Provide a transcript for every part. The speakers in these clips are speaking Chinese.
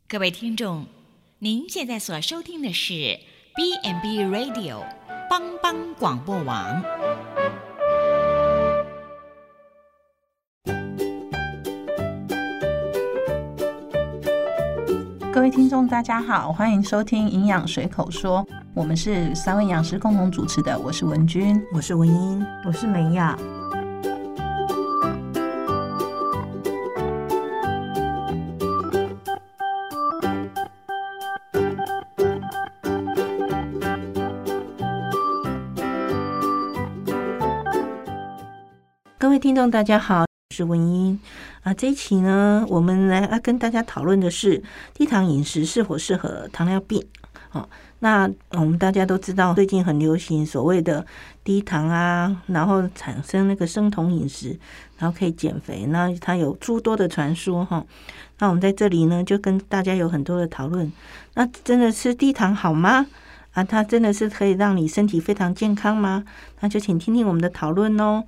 各位听众，您现在所收听的是 B&B Radio 帮帮广播网。 各位听众大家好，欢迎收听营养随口说，我们是3位营养师共同主持的，我是文君， 我是文英， 我是美雅。 各位听众大家好，我是文英这一期呢，我们来跟大家讨论的是低糖饮食是否适合糖尿病。那我们大家都知道，最近很流行所谓的低糖啊，然后产生那个生酮饮食，然后可以减肥，那它有诸多的传说哈。那我们在这里呢，就跟大家有很多的讨论。那真的吃低糖好吗？它真的是可以让你身体非常健康吗？那就请听听我们的讨论哦。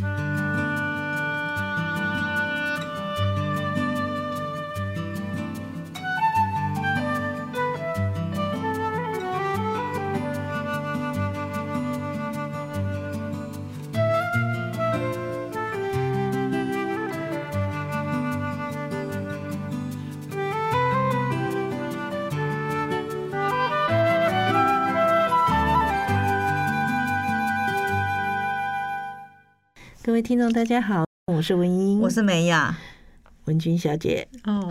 各位听众大家好，我是文英， 我是美雅。 文君小姐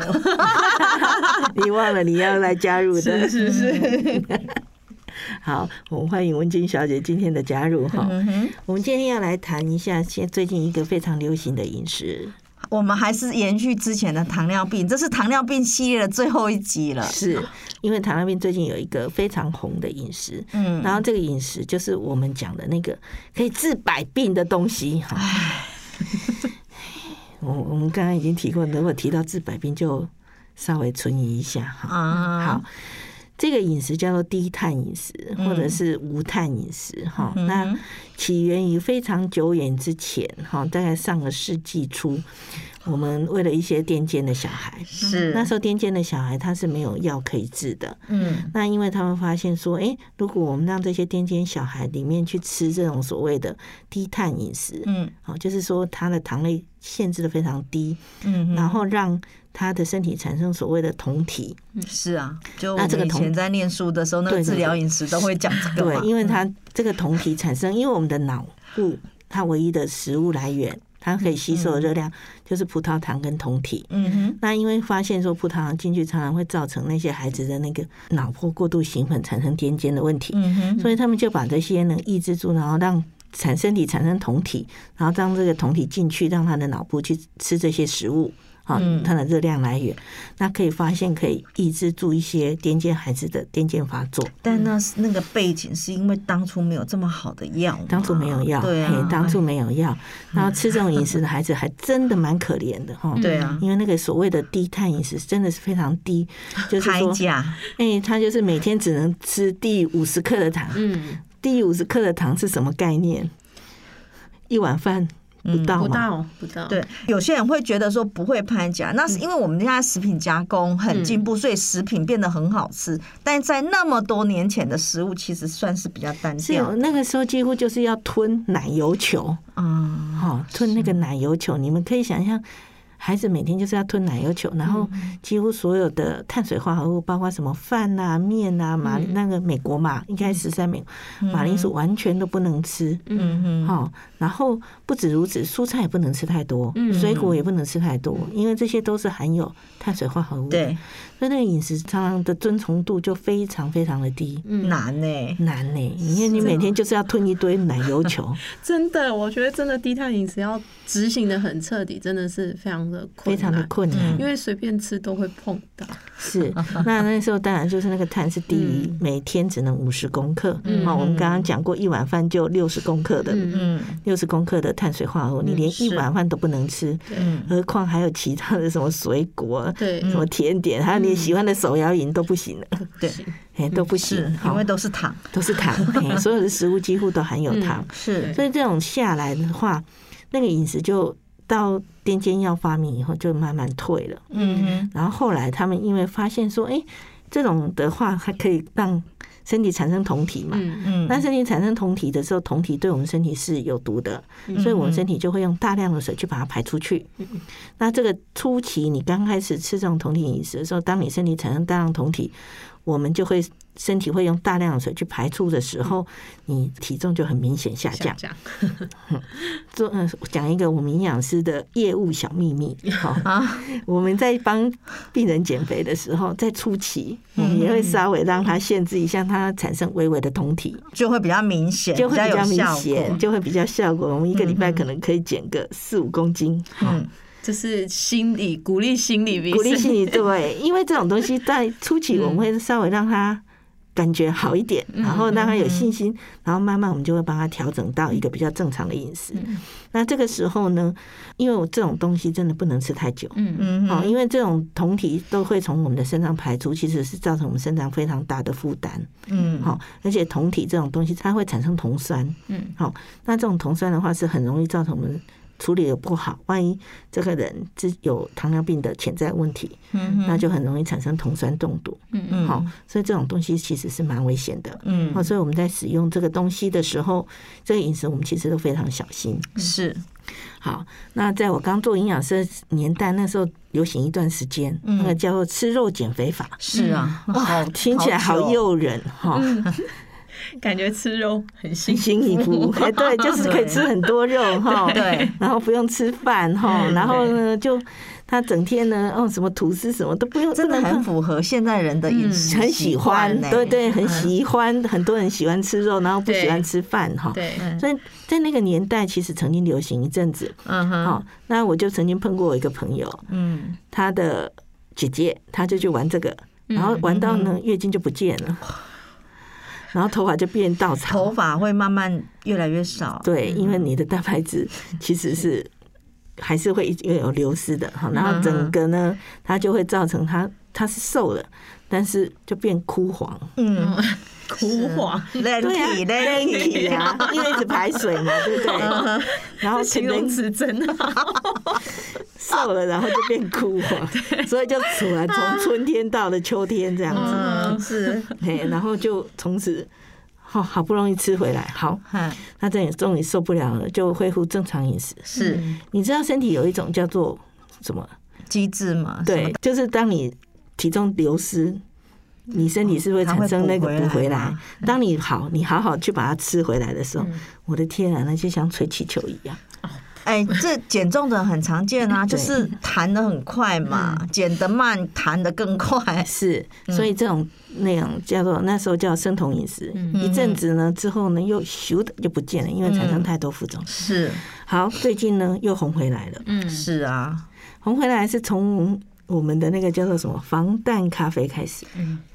你忘了你要来加入的， 是好，我们欢迎文君小姐今天的加入哈。我们今天要来谈一下最近一个非常流行的饮食， 我们还是延续之前的糖尿病，这是糖尿病系列的最后一集了。 是因为糖尿病最近有一个非常红的饮食，然后这个饮食就是我们讲的那个可以治百病的东西。我们刚刚已经提过，如果提到治百病就稍微存疑一下哈。好，这个饮食叫做低碳饮食或者是无碳饮食哈。那起源于非常久远之前哈，大概上个世纪初，我们为了一些癫痫的小孩，是那时候癫痫的小孩他是没有药可以治的。那因为他们发现说，如果我们让这些癫痫小孩里面去吃这种所谓的低碳饮食，就是说他的糖类限制的非常低，然后让他的身体产生所谓的酮体。 是啊，就我们以前在念书的时候，那个治疗饮食都会讲这个嘛。 对，因为他这个酮体产生，因为我们的脑部它唯一的食物来源，它可以吸收的热量就是葡萄糖跟酮体。那因为发现说葡萄糖进去常常会造成那些孩子的那个脑波过度兴奋，产生癫痫的问题，所以他们就把这些呢抑制住，然后让身体产生酮体，然后让这个酮体进去，让他的脑部去吃这些食物。它的热量来源，那可以发现可以抑制住一些癫痫孩子的癫痫发作。 但那个背景是因为当初没有这么好的药， 当初没有药，对啊，当初没有药，然后吃这种饮食的孩子还真的蛮可怜的哈。 对啊， 因为那个所谓的低碳饮食真的是非常低，就是说，他就是每天只能吃低50克的糖。低50克的糖是什么概念？一碗饭。不到。 对，有些人会觉得说不会拍假，那是因为我们现在食品加工很进步，所以食品变得很好吃。但在那么多年前的食物，其实算是比较单调。 是那个时候几乎就是要吞奶油球，吞那个奶油球，你们可以想象。孩子每天就是要吞奶油球，然后几乎所有的碳水化合物，包括什么饭啊、面啊、那个美国嘛，应该13美马铃薯完全都不能吃。然后不止如此，蔬菜也不能吃太多，水果也不能吃太多，因为这些都是含有碳水化合物的。对，所以那个饮食常常的遵从度就非常非常的低。 难呢， 因为你每天就是要吞一堆奶油球。 真的，我觉得真的低碳饮食要执行的很彻底，真的是非常的困难，因为随便吃都会碰到。 是，那时候当然就是那个碳是低于每天只能50公克。我们刚刚讲过，一碗饭就60公克的，60公克的碳水化合物，你连一碗饭都不能吃，何况还有其他的什么水果、什么甜点，还有你喜欢的手摇饮都不行了。对，都不行， 因为都是糖， 所有的食物几乎都含有糖。是，所以这种下来的话，那个饮食就到癫痫药发明以后就慢慢退了。然后后来他们因为发现说，这种的话还可以让身体产生酮体嘛，那身体产生酮体的时候，酮体对我们身体是有毒的，所以我们身体就会用大量的水去把它排出去。那这个初期你刚开始吃这种酮体饮食的时候，当你身体产生大量酮体，我们就会身体会用大量的水去排出的时候，你体重就很明显下降。讲一个我们营养师的业务小秘密，我们在帮病人减肥的时候，在初期我们也会稍微让他限制一下，他产生微微的酮体， 就会比较明显， 就会比较明显，就会比较效果。我们一个礼拜可能可以减个4-5公斤。 这是心理鼓励心理， 对，因为这种东西在初期我们会稍微让他感觉好一点，然后让他有信心，然后慢慢我们就会帮他调整到一个比较正常的饮食。那这个时候呢，因为我这种东西真的不能吃太久，因为这种酮体都会从我们的身上排出，其实是造成我们身上非常大的负担。而且酮体这种东西它会产生酮酸，那这种酮酸的话是很容易造成我们处理的不好，万一这个人有糖尿病的潜在问题，那就很容易产生酮酸中毒。所以这种东西其实是蛮危险的。所以我们在使用这个东西的时候，这个饮食我们其实都非常小心。 是。 好，那在我刚做营养师的年代，那时候流行一段时间，那个叫做吃肉减肥法。 是啊， 哇，听起来好诱人哈。 感觉吃肉很新衣服，对，就是可以吃很多肉哈，对，然后不用吃饭哈，然后呢，就他整天呢，什么吐司什么都不用， 真的很符合现在人的饮食， 很喜欢，对，很喜欢，很多人喜欢吃肉，然后不喜欢吃饭哈，对，所以在那个年代其实曾经流行一阵子，那我就曾经碰过我一个朋友，他的姐姐，他就去玩这个，然后玩到呢月经就不见了。然后头发就变稻草， 头发会慢慢越来越少。 对，因为你的蛋白质其实是还是会有流失的，然后整个呢，它就会造成它是瘦了，但是就变枯黄。 枯黄， 对啊，因为一直排水嘛，对不对？然后形容词真好， 瘦了，然后就变枯黄，所以就从春天到了秋天这样子，然后就从此好不容易吃回来，好，那这也终于受不了了，就恢复正常饮食。 是， 你知道身体有一种叫做什么机制吗？ 对，就是当你体重流失，你身体是会产生那个补回来。当你好好去把它吃回来的时候，我的天啊，那就像吹气球一样。 这减重的很常见啊，就是弹得很快嘛，减得慢，弹得更快。 是，所以这种那种叫做那时候叫生酮饮食，一阵子呢之后呢又咻的就不见了，因为产生太多副作用。 是， 好，最近呢又红回来了。 是啊， 红回来是从我们的那个叫做什么防弹咖啡开始。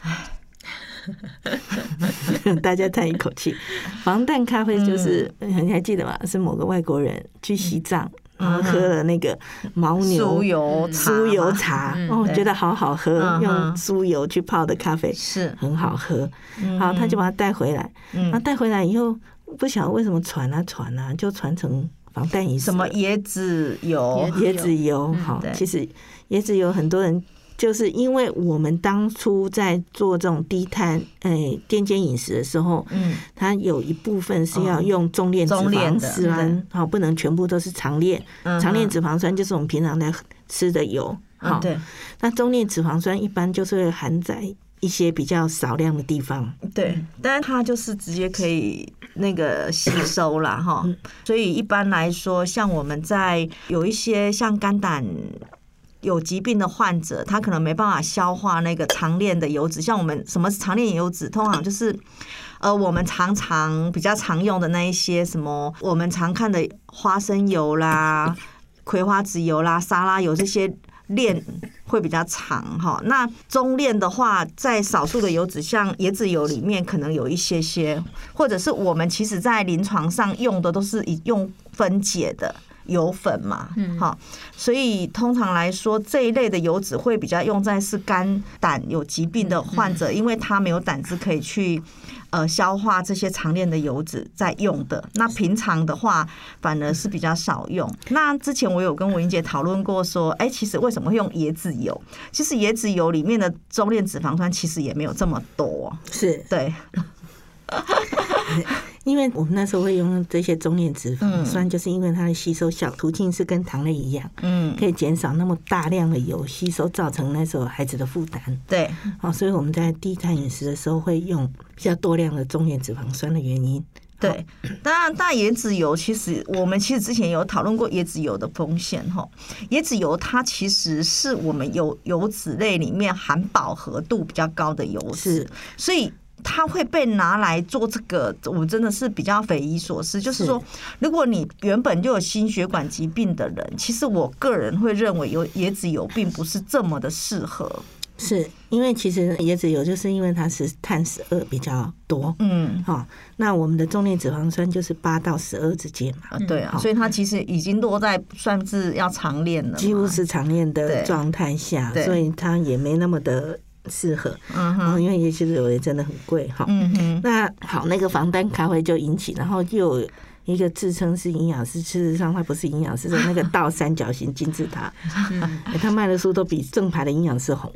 大家叹一口气，防弹咖啡就是你还记得吗？是某个外国人去西藏，然后喝了那个牦牛酥油茶，觉得好好喝，用酥油去泡的咖啡是很好喝。好，他就把它带回来，然后带回来以后，不晓得为什么传啊，就传成防弹饮食， 什么椰子油， 好，其实椰子油很多人。就是因为我们当初在做这种低碳癫痫饮食的时候，它有一部分是要用中链脂肪酸，好，不能全部都是长链。长链脂肪酸就是我们平常在吃的油，好，那中链脂肪酸一般就是会含在一些比较少量的地方， 对，但是它就是直接可以那个吸收啦，哈。所以一般来说，像我们在有一些像肝胆有疾病的患者，他可能没办法消化那个长链的油脂。像我们什么是长链油脂？通常就是我们比较常用的那一些什么，我们常看的花生油啦、葵花籽油啦、沙拉油，这些链会比较长哈。那中链的话，在少数的油脂，像椰子油里面可能有一些，或者是我们其实在临床上用的都是用分解的。 油粉嘛，好，所以通常来说这一类的油脂会比较用在是肝胆有疾病的患者，因为他没有胆汁可以去消化这些常见的油脂在用的。那平常的话反而是比较少用。那之前我有跟文英姐讨论过说，其实为什么会用椰子油？其实椰子油里面的中链脂肪酸其实也没有这么多， 是对。 因为我们那时候会用这些中链脂肪酸，就是因为它的吸收途径是跟糖类一样，可以减少那么大量的油吸收，造成那时候孩子的负担。 对， 所以我们在低碳饮食的时候会用比较多量的中链脂肪酸的原因。 对，当然，椰子油我们其实之前有讨论过椰子油的风险哈。椰子油它其实是我们油脂类里面含饱和度比较高的油脂，所以它会被拿来做这个，我真的是比较匪夷所思。就是说，如果你原本就有心血管疾病的人，其实我个人会认为椰子油并不是这么的适合。 是因为其实椰子油就是因为它是碳12比较多，那我们的中链脂肪酸就是8到12之间嘛， 对啊，所以它其实已经落在算是要长链了， 几乎是长链的状态下，所以它也没那么的适合，因为椰子油也真的很贵哈。那好，那个防弹咖啡就引起，然后又有一个自称是营养师，事实上他不是营养师的那个倒三角形金字塔，他卖的书都比正牌的营养师红。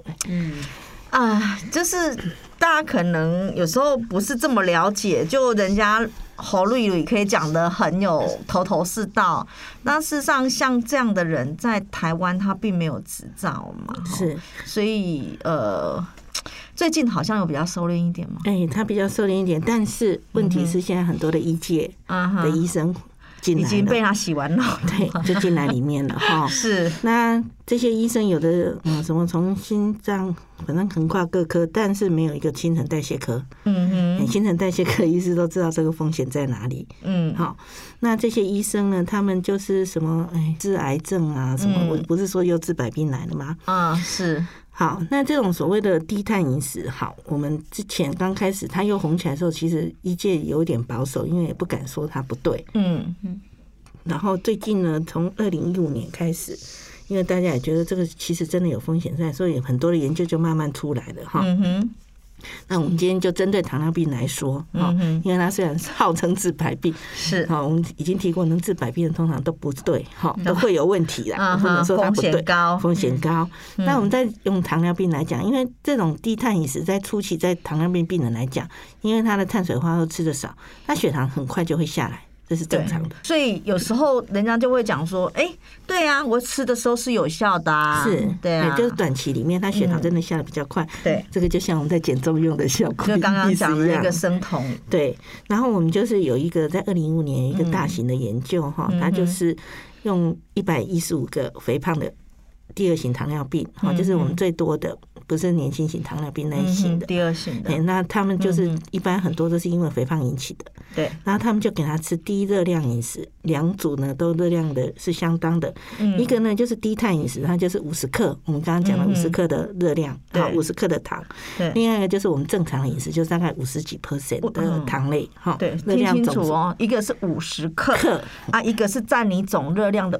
就是大家可能有时候不是这么了解，就人家侯绿绿可以讲得很有头头是道，那事实上像这样的人在台湾他并没有执照嘛， 是， 所以最近好像有比较收敛一点嘛， 他比较收敛一点，但是问题是现在很多的医界的医生进来了， 已经被他洗完了， 对，就进来里面了哈。 是， 那这些医生有的什么从心脏反正横跨各科，但是没有一个新陈代谢科。新陈代谢科医师都知道这个风险在哪里。好，那这些医生呢，他们就是什么治癌症啊什么，我不是说又治百病来了吗？ 是。 好，那这种所谓的低碳饮食，好，我们之前刚开始它又红起来的时候，其实医界有点保守，因为也不敢说它不对。然后最近呢，从2015年开始，因为大家也觉得这个其实真的有风险在，所以很多的研究就慢慢出来了哈。那我们今天就针对糖尿病来说，因为它虽然号称治百病， 是我们已经提过，能治百病的通常都不对，都会有问题啦，不能说它不对，风险高。那我们再用糖尿病来讲，因为这种低碳饮食在初期，在糖尿病病人来讲，因为他的碳水化合物吃的少，他血糖很快就会下来。这是正常的， 所以有时候人家就会讲说，对啊，我吃的时候是有效的啊， 是， 对啊， 就是短期里面，它血糖真的下得比较快， 对， 这个就像我们在减重用的效果， 就刚刚讲的那个生酮， 对。然后我们就是有一个在2015年一个大型的研究哈，它就是用115个肥胖的第2型糖尿病，就是我们最多的。不是年轻型糖尿病那一型的， 第2型的， 那他们就是一般很多都是因为肥胖引起的， 对。 然后他们就给他吃低热量饮食，2组呢都热量的是相当的，一个呢就是低碳饮食，它就是50克，我们刚刚讲了50克的热量，50克的糖， 对。 另外一个就是我们正常的饮食，就是大概50几%的糖类， 对，听清楚哦，一个是50克啊，一个是占你总热量的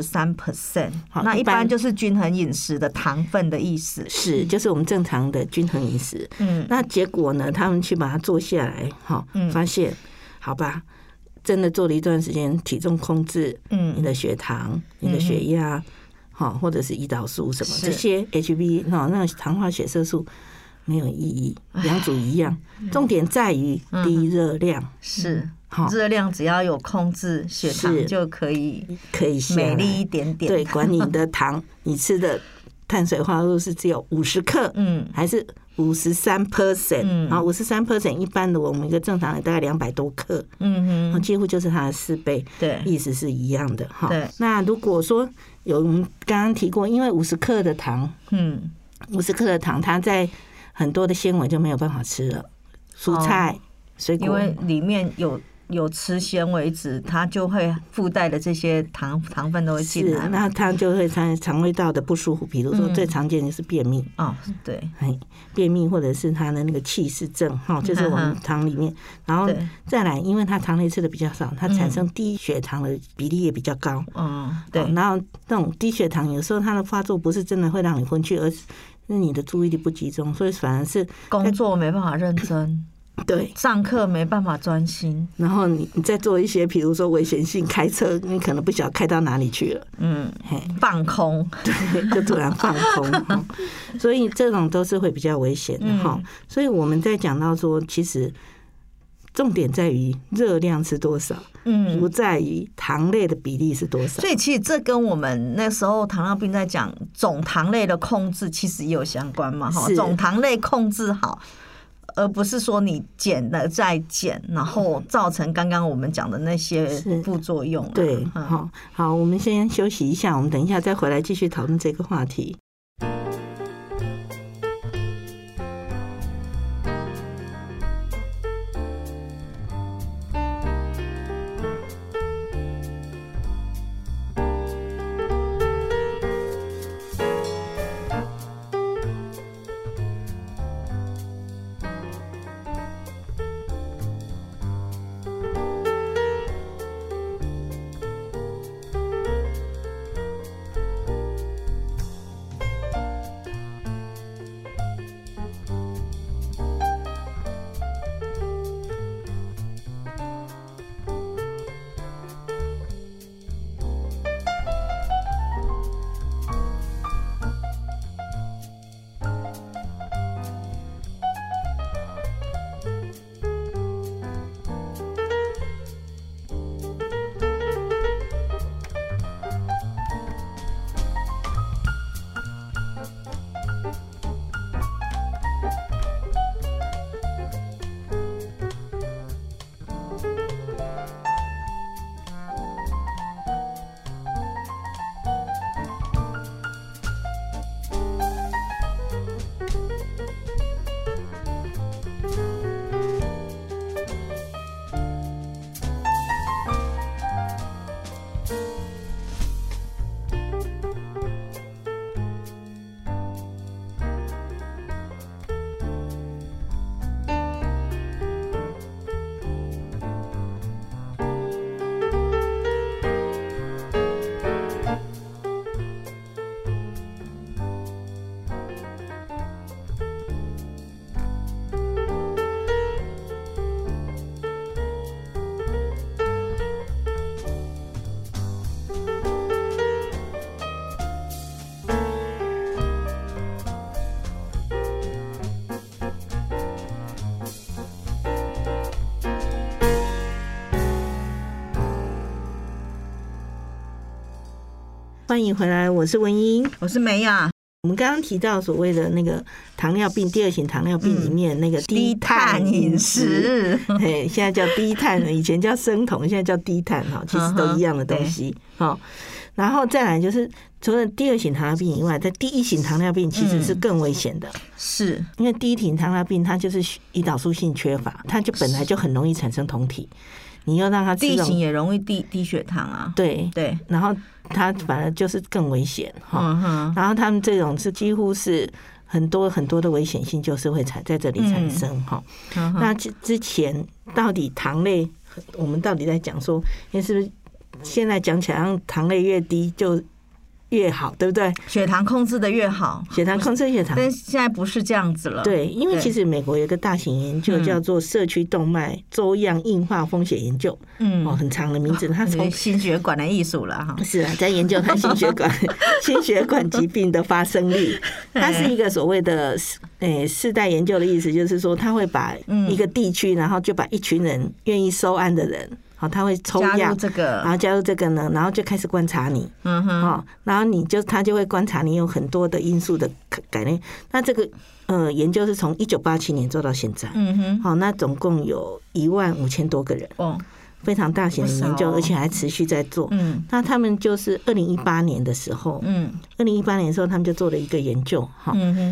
53%，那一般就是均衡饮食的糖分的意思， 是，就是我们正常的均衡饮食。那结果呢，他们去把它做下来，发现好吧，真的做了一段时间，体重控制，你的血糖、你的血压，或者是胰岛素什么这些 HB 那个糖化血色素没有意义，2组一样，重点在于低热量， 是。热量只要有控制，血糖就可以美丽一点点。 对，管你的糖，你吃的碳水化合物是只有50克，还是53%，然后53%一般的我们一个正常人大概200多克，几乎就是它的4倍， 对， 意思是一样的哈。 对， 那如果说有我们刚刚提过，因为50克的糖，50克的糖，它在很多的纤维就没有办法吃了，蔬菜、水果， 因为里面有有吃纤维质，它就会附带的这些糖分都会进来， 那它就会肠胃道的不舒服，比如说最常见的是便秘对， 便秘或者是它的那个气湿症就是我们糖里面，然后再来，因为它糖类吃的比较少，它产生低血糖的比例也比较高， 对， 然后那种低血糖有时候它的发作不是真的会让你昏去，而是你的注意力不集中，所以反而是工作没办法认真， 对， 上课没办法专心， 然后你再做一些比如说危险性开车，你可能不晓得开到哪里去了， 放空， 对，就突然放空所以这种都是会比较危险的所以我们在讲到说，其实重点在于热量是多少，不在于糖类的比例是多少。 所以其实这跟我们那时候糖尿病在讲总糖类的控制其实也有相关嘛，总糖类控制好，而不是说你减了再减，然后造成刚刚我们讲的那些副作用。 对，好，我们先休息一下，我们等一下再回来继续讨论这个话题。欢迎回来，我是文英， 我是梅雅。 我们刚刚提到所谓的那个糖尿病，第二型糖尿病里面那个低碳饮食，现在叫低碳，以前叫生酮，现在叫低碳，其实都一样的东西。然后再来就是除了第二型糖尿病以外，在第一型糖尿病其实是更危险的， 是因为第一型糖尿病它就是胰岛素性缺乏，它就本来就很容易产生酮体，你又让它吃第一型也容易低血糖啊， 对，然后它反而就是更危险然后他们这种是几乎是很多很多的危险性就是会在这里产生那之前到底糖类我们到底在讲说，因为是不是现在讲起来让糖类越低就越好，对不对？ 血糖控制的越好， 血糖控制血糖， 但现在不是这样子了。 对，因为其实美国有一个大型研究叫做社区动脉粥样硬化风险研究，很长的名字，它从心血管的艺术了哈。 是啊，在研究它心血管疾病的发生率。它是一个所谓的世代研究的意思，就是说他会把一个地区，然后就把一群人愿意收安的人。他会抽样，然后加入这个呢，然后就开始观察你，然后他就会观察你有很多的因素的改变。那这个研究是从1987年做到现在，那总共有15000多个人，非常大型的研究，而且还持续在做。那他们就是2018年的时候，他们就做了一个研究，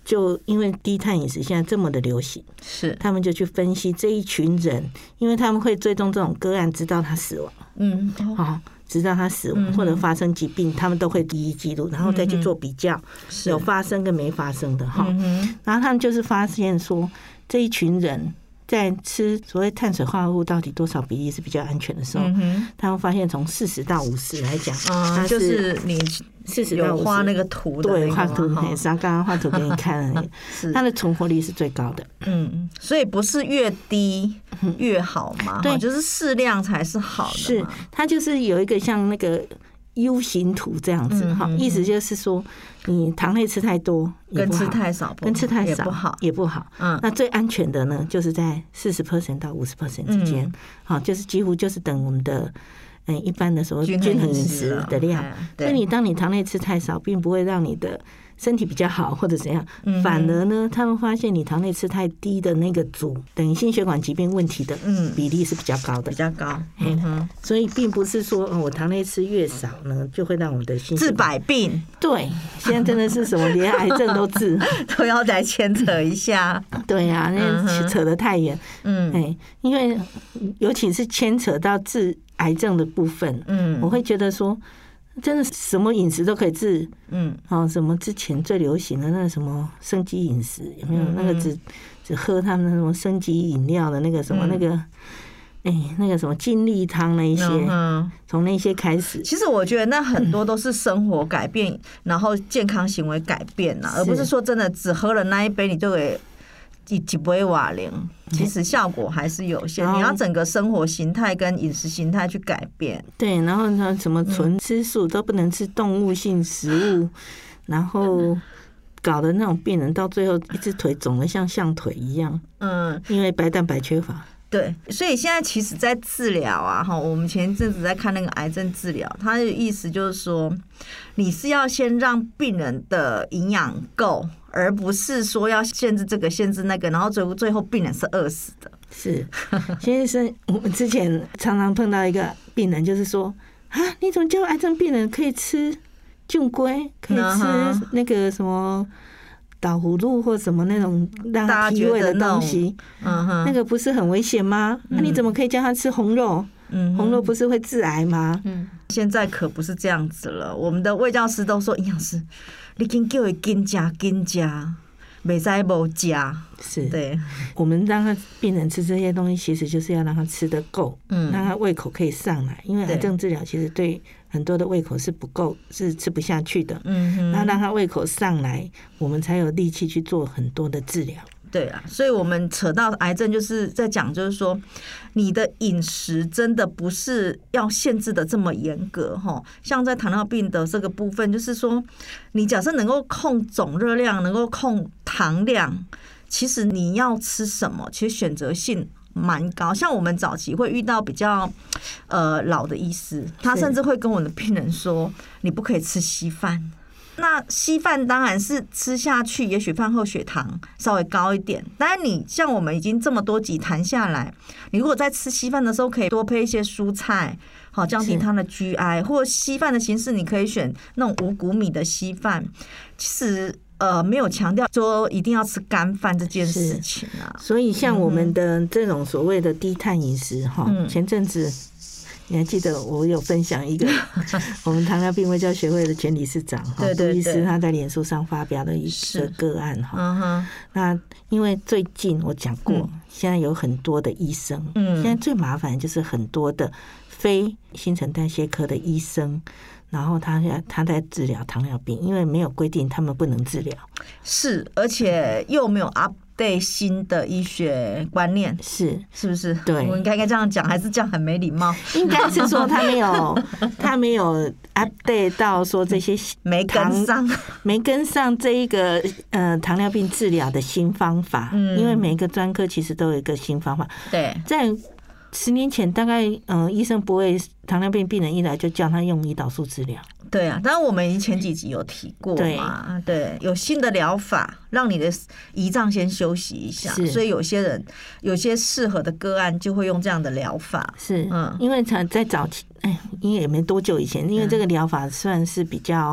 就因为低碳饮食现在这么的流行， 是他们就去分析这一群人，因为他们会追踪这种个案，直到他死亡，直到他死亡或者发生疾病，他们都会第一记录，然后再去做比较，有发生跟没发生的哈。然后他们就是发现说，这一群人在吃所谓碳水化合物到底多少比例是比较安全的时候，他们发现从40到50来讲， 就是你 40到50 画那个图的， 对，画图，刚刚画图给你看了，它的存活率是最高的。 所以不是越低越好嘛，对，就是适量才是好的。 是，它就是有一个像那个 U 型图这样子哈，意思就是说，你糖类吃太多跟吃太少， 跟吃太少也不好。 那最安全的呢，就是在40% 到50% 之间，好，就是几乎就是等我们的一般的所谓均衡饮食的量。所以当你糖类吃太少，并不会让你的身体比较好或者怎样，反而呢，他们发现你糖类吃太低的那个组，等于心血管疾病问题的比例是比较高的， 比较高。 所以并不是说我糖类吃越少呢，就会让我的心治百病。 对，现在真的是什么连癌症都治， 都要来牵扯一下。 对呀，那扯得太远。因为尤其是牵扯到治癌症的部分，我会觉得说，真的什么饮食都可以治，什么之前最流行的那个什么生机饮食，有没有？那个只喝他们的什么生机饮料的那个什么那个，那个什么精力汤那一些，从那些开始。 其实我觉得那很多都是生活改变，然后健康行为改变啊，而不是说真的只喝了那一杯你就给几杯瓦零。其实效果还是有限，你要整个生活形态跟饮食形态去改变。 对，然后呢，什么纯吃素都不能吃动物性食物，然后搞得那种病人到最后一只腿肿得像象腿一样。因为白蛋白缺乏。 对，所以现在其实在治疗啊，我们前一阵子在看那个癌症治疗，它的意思就是说，你是要先让病人的营养够，而不是说要限制这个限制那个，然后最后病人是饿死的。 是，其实是我们之前常常碰到一个病人，就是说你怎么叫癌症病人可以吃菌龟，可以吃那个什么导葫芦或什么那种让他提味的东西，那个不是很危险吗？那你怎么可以叫他吃红肉？红肉不是会致癌吗？ 现在可不是这样子了。我们的卫教师都说，营养师，你紧叫他紧加，没在不加。 是， 对， 我们让他病人吃这些东西，其实就是要让他吃得够，让他胃口可以上来。因为癌症治疗其实对很多的胃口是不够，是吃不下去的。那让他胃口上来，我们才有力气去做很多的治疗。 对啊，所以我们扯到癌症，就是在讲，就是说你的饮食真的不是要限制的这么严格哈。像在糖尿病的这个部分，就是说你假设能够控总热量，能够控糖量，其实你要吃什么，其实选择性蛮高。像我们早期会遇到比较老的医师，他甚至会跟我的病人说，你不可以吃稀饭。那稀饭当然是吃下去，也许饭后血糖稍微高一点。当然，你像我们已经这么多集谈下来，你如果在吃稀饭的时候，可以多配一些蔬菜，好降低它的 GI， 或稀饭的形式，你可以选那种五谷米的稀饭。其实没有强调说一定要吃干饭这件事情啊。 所以像我们的这种所谓的低碳饮食哈，前阵子。你还记得我有分享一个我们糖尿病卫教协会的前理事长杜医师他在脸书上发表的一个个案哈。那因为最近我讲过，现在有很多的医生，现在最麻烦就是很多的非新陈代谢科的医生，然后他在治疗糖尿病，因为没有规定他们不能治疗， 是，而且又没有 update 新的医学观念，是不是？对，我应该这样讲，还是这样很没礼貌？ 应该是说他没有 update 到说这些没跟上这一个糖尿病治疗的新方法，因为每个专科其实都有一个新方法。 对， 在10年前，大概医生不会糖尿病病人一来就叫他用胰岛素治疗。 对啊，当然我们前几集有提过嘛，对，有新的疗法让你的胰脏先休息一下，所以有些适合的个案就会用这样的疗法。 是，因为在早期，因为也没多久以前，因为这个疗法算是比较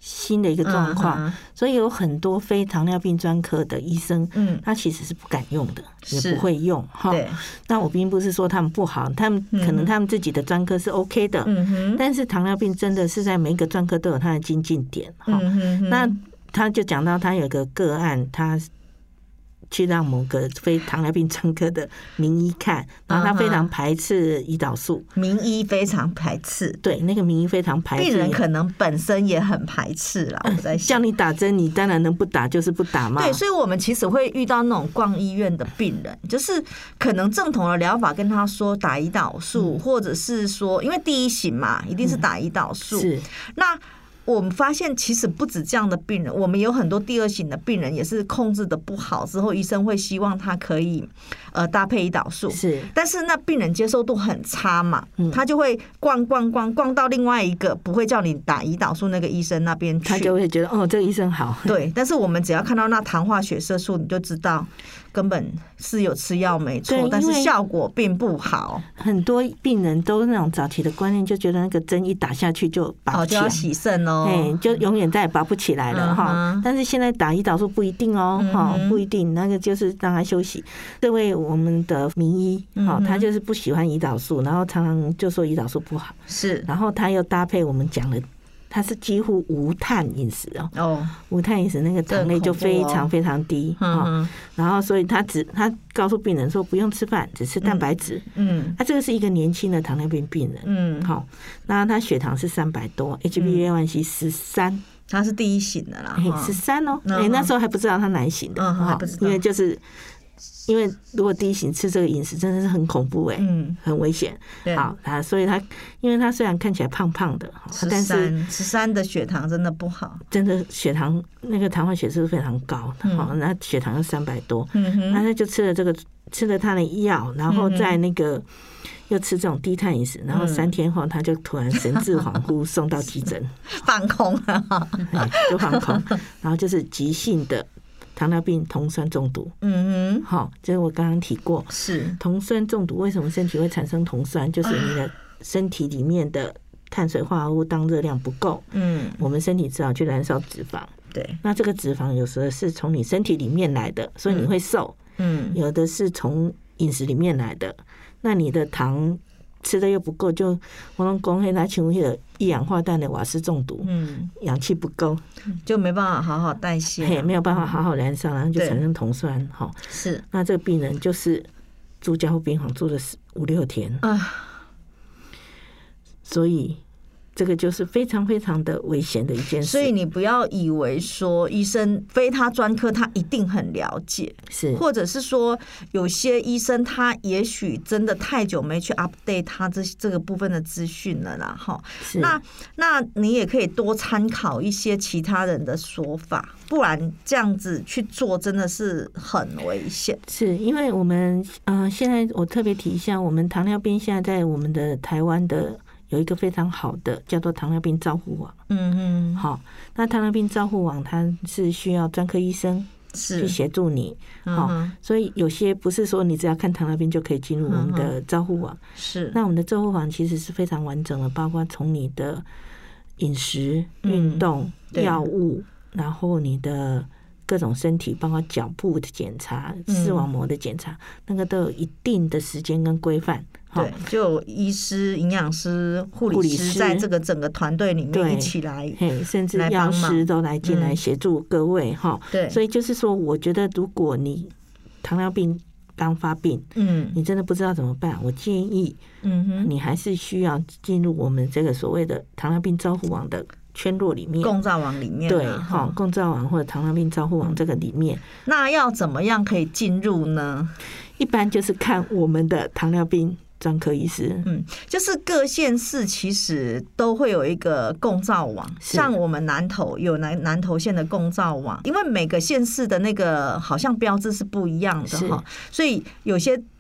新的一个状况，所以有很多非糖尿病专科的医生，他其实是不敢用的，也不会用哈。那我并不是说他们不好，他们可能他们自己的专科是 OK 的，但是糖尿病真的是在每一个专科都有它的精进点哈。那他就讲到他有个个案，他去让某个非糖尿病专科的名医看，然后他非常排斥胰岛素， 名医非常排斥， 对，那个名医非常排斥， 病人可能本身也很排斥啦。我在想， 叫你打针，你当然能不打就是不打嘛。 对，所以我们其实会遇到那种逛医院的病人，就是可能正统的疗法跟他说打胰岛素，或者是说因为第一型嘛，一定是打胰岛素， 是那。我们发现其实不止这样的病人，我们有很多第二型的病人也是控制的不好之后，医生会希望他可以搭配胰岛素， 是， 但是那病人接受度很差嘛，他就会逛到另外一个不会叫你打胰岛素那个医生那边去， 他就会觉得哦，这个医生好。 对，但是我们只要看到那糖化血色素，你就知道根本是有吃药没错，但是效果并不好。 很多病人都那种早期的观念，就觉得那个针一打下去就拔不起来， 就要洗肾哦， 就永远再也拔不起来了哈。但是现在打胰岛素不一定哦，不一定，那个就是让他休息。这位我们的名医，他就是不喜欢胰岛素，然后常常就说胰岛素不好， 是， 然后他又搭配我们讲的。他是几乎无碳饮食哦，无碳饮食那个糖类就非常非常低，然后所以他告诉病人说不用吃饭，只吃蛋白质，这个是一个年轻的糖尿病病人，好，那他血糖是300多 ，HbA1c 13， 他是第一型的啦 ，13哦，那时候还不知道他哪一型的， 还不知道， 因为就是因为如果第一型吃这个饮食真的是很恐怖哎，很危险。好，所以他因为他虽然看起来胖胖的，但是 13的血糖真的不好， 真的血糖那个糖化血色素非常高，那血糖又300多，那他就吃了他的药，然后在那个又吃这种低碳饮食，然后3天后他就突然神志恍惚，送到急诊， 放空了， 就放空，然后就是急性的。糖尿病酮酸中毒，好，这是我刚刚提过， 是酮酸中毒为什么身体会产生酮酸？就是你的身体里面的碳水化合物当热量不够，我们身体只好去燃烧脂肪， 对， 那这个脂肪有时候是从你身体里面来的，所以你会瘦，有的是从饮食里面来的，那你的糖吃的又不够，就我们讲那像那个一氧化氮的瓦斯中毒，氧气不够， 就没办法好好代谢， 没有办法好好燃烧，然后就产生酮酸， 是。 那这个病人就是住加护病房住了5-6天，所以这个就是非常非常的危险的一件事。 所以你不要以为说医生非他专科他一定很了解， 是， 或者是说有些医生他也许真的太久没去 update 他这个部分的资讯了啦，那你也可以多参考一些其他人的说法，不然这样子去做真的是很危险。 是因为我们现在我特别提一下，我们糖尿病现在在我们的台湾的有一个非常好的叫做糖尿病照护网，好，那糖尿病照护网它是需要专科医生去协助你，所以有些不是说你只要看糖尿病就可以进入我们的照护网， 是， 那我们的照护网其实是非常完整的，包括从你的饮食、运动、药物，然后你的各种身体，包括脚部的检查、视网膜的检查，那个都有一定的时间跟规范。 对，就有医师、营养师、护理师在这个整个团队里面一起来， 甚至药师都来进来协助各位哈。 对， 所以就是说，我觉得如果你糖尿病刚发病，你真的不知道怎么办，我建议，你还是需要进入我们这个所谓的糖尿病照护网的圈落里面， 共照网里面， 对，共照网或者糖尿病照护网这个里面， 那要怎么样可以进入呢？ 一般就是看我们的糖尿病专科医师， 就是各县市其实都会有一个共照网，像我们南投有南投县的共照网，因为每个县市的那个好像标志是不一样的哈，所以有些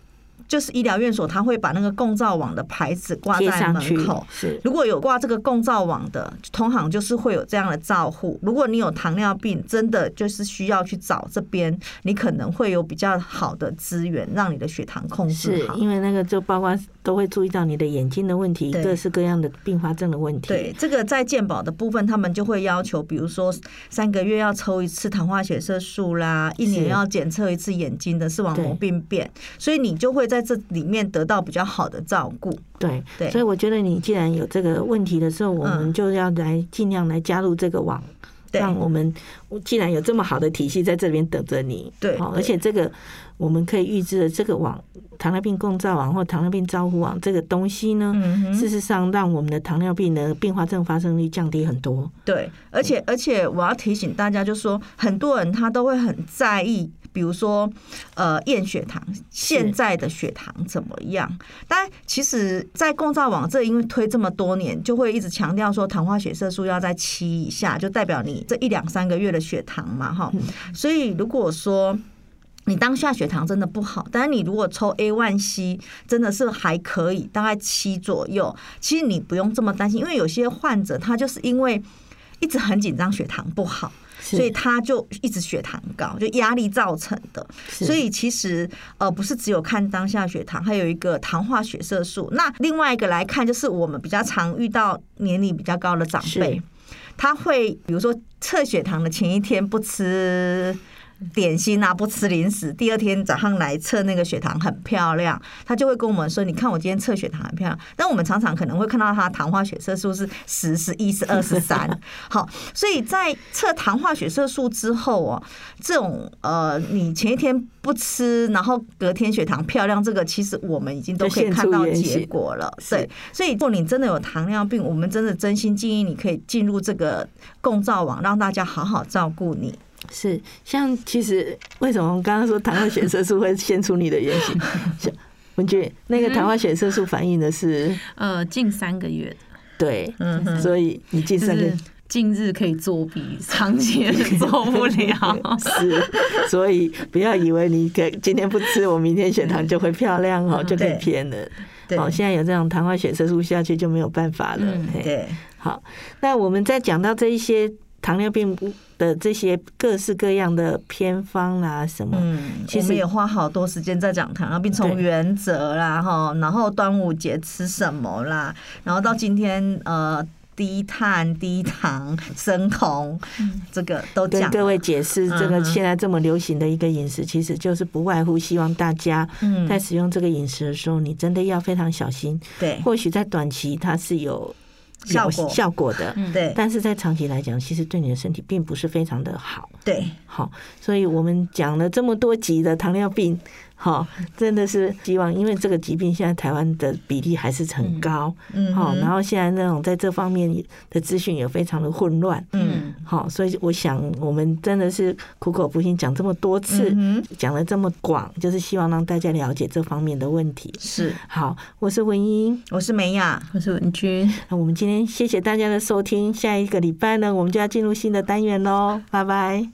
就是医疗院所他会把那个共照网的牌子挂在门口，如果有挂这个共照网的，通常就是会有这样的照护。如果你有糖尿病，真的就是需要去找这边，你可能会有比较好的资源让你的血糖控制好。 是因为那个就包括都会注意到你的眼睛的问题，各式各样的并发症的问题。 对，这个在健保的部分他们就会要求，比如说3个月要抽一次糖化血色素啦，1年要检测一次眼睛的视网膜病变，所以你就会在这里面得到比较好的照顾。 对，所以我觉得你既然有这个问题的时候，我们就要来尽量来加入这个网，让我们既然有这么好的体系在这边等着你， 对， 而且这个我们可以预知的这个网，糖尿病共照网或糖尿病照护网这个东西呢，事实上让我们的糖尿病的并发症发生率降低很多。 对，而且我要提醒大家，就是说很多人他都会很在意，比如说验血糖，现在的血糖怎么样？当然，其实，在共照网这因为推这么多年，就会一直强调说糖化血色素要在7以下，就代表你这1、2、3个月的血糖嘛，哈。所以如果说你当下血糖真的不好，但是你如果抽 A1C 真的是还可以，大概7左右，其实你不用这么担心，因为有些患者他就是因为一直很紧张，血糖不好。所以他就一直血糖高，就压力造成的。所以其实不是只有看当下血糖，还有一个糖化血色素。那另外一个来看，就是我们比较常遇到年龄比较高的长辈，他会比如说测血糖的前一天不吃点心啊，不吃零食，第2天早上来测那个血糖很漂亮，他就会跟我们说，你看我今天测血糖很漂亮。但我们常常可能会看到他糖化血色素是10、11、12、13。好，所以在测糖化血色素之后哦，这种你前一天不吃，然后隔天血糖漂亮，这个其实我们已经都可以看到结果了。对，所以如果你真的有糖尿病，我们真的真心建议你可以进入这个共照网，让大家好好照顾你。 是，像其实为什么我们刚刚说糖化血色素会先出你的原型？文君，那个糖化血色素反映的是近3个月。 对，所以你近3个月。 近日可以作弊，长期做不了。 是，所以不要以为你今天不吃，我明天血糖就会漂亮哦，就可以骗了。哦，现在有这种糖化血色素下去就没有办法了。 对， 好，那我们再讲到这一些糖尿病的这些各式各样的偏方啦什么， 其实我们也花好多时间在讲糖尿病，从原则啦哈，然后端午节吃什么啦，然后到今天低碳、低糖、生酮，这个都讲。 跟各位解释，这个现在这么流行的一个饮食，其实就是不外乎希望大家在使用这个饮食的时候，你真的要非常小心。 对， 或许在短期它是有效果的， 对， 但是在长期来讲，其实对你的身体并不是非常的好。 对， 好，所以我们讲了这么多集的糖尿病。好，真的是希望，因为这个疾病现在台湾的比例还是很高，好，然后现在那种在这方面的资讯也非常的混乱，好，所以我想我们真的是苦口婆心讲这么多次，讲了这么广，就是希望让大家了解这方面的问题。 是， 好，我是文英， 我是美雅， 我是文君。 那我们今天谢谢大家的收听，下一个礼拜呢，我们就要进入新的单元咯，拜拜。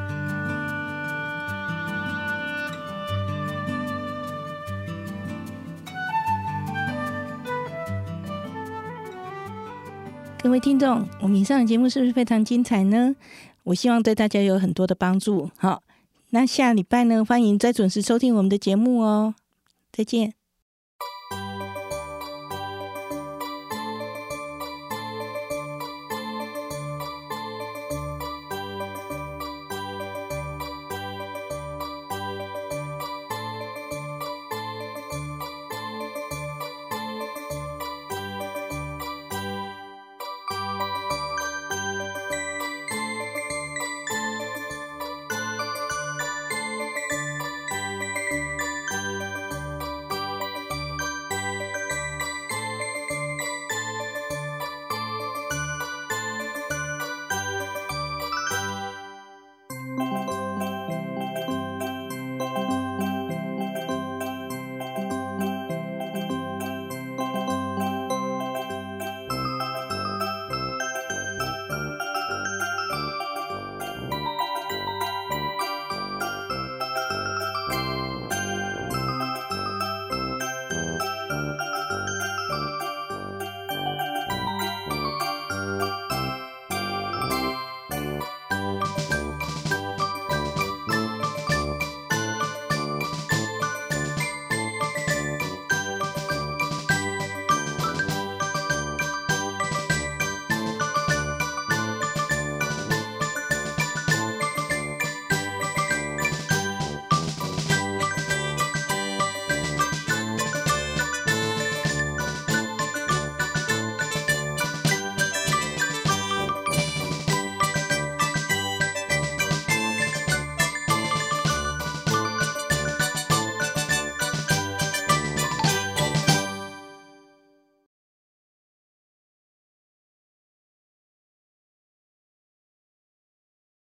各位听众，我们以上的节目是不是非常精彩呢？我希望对大家有很多的帮助。好，那下礼拜呢，欢迎再准时收听我们的节目哦。再见。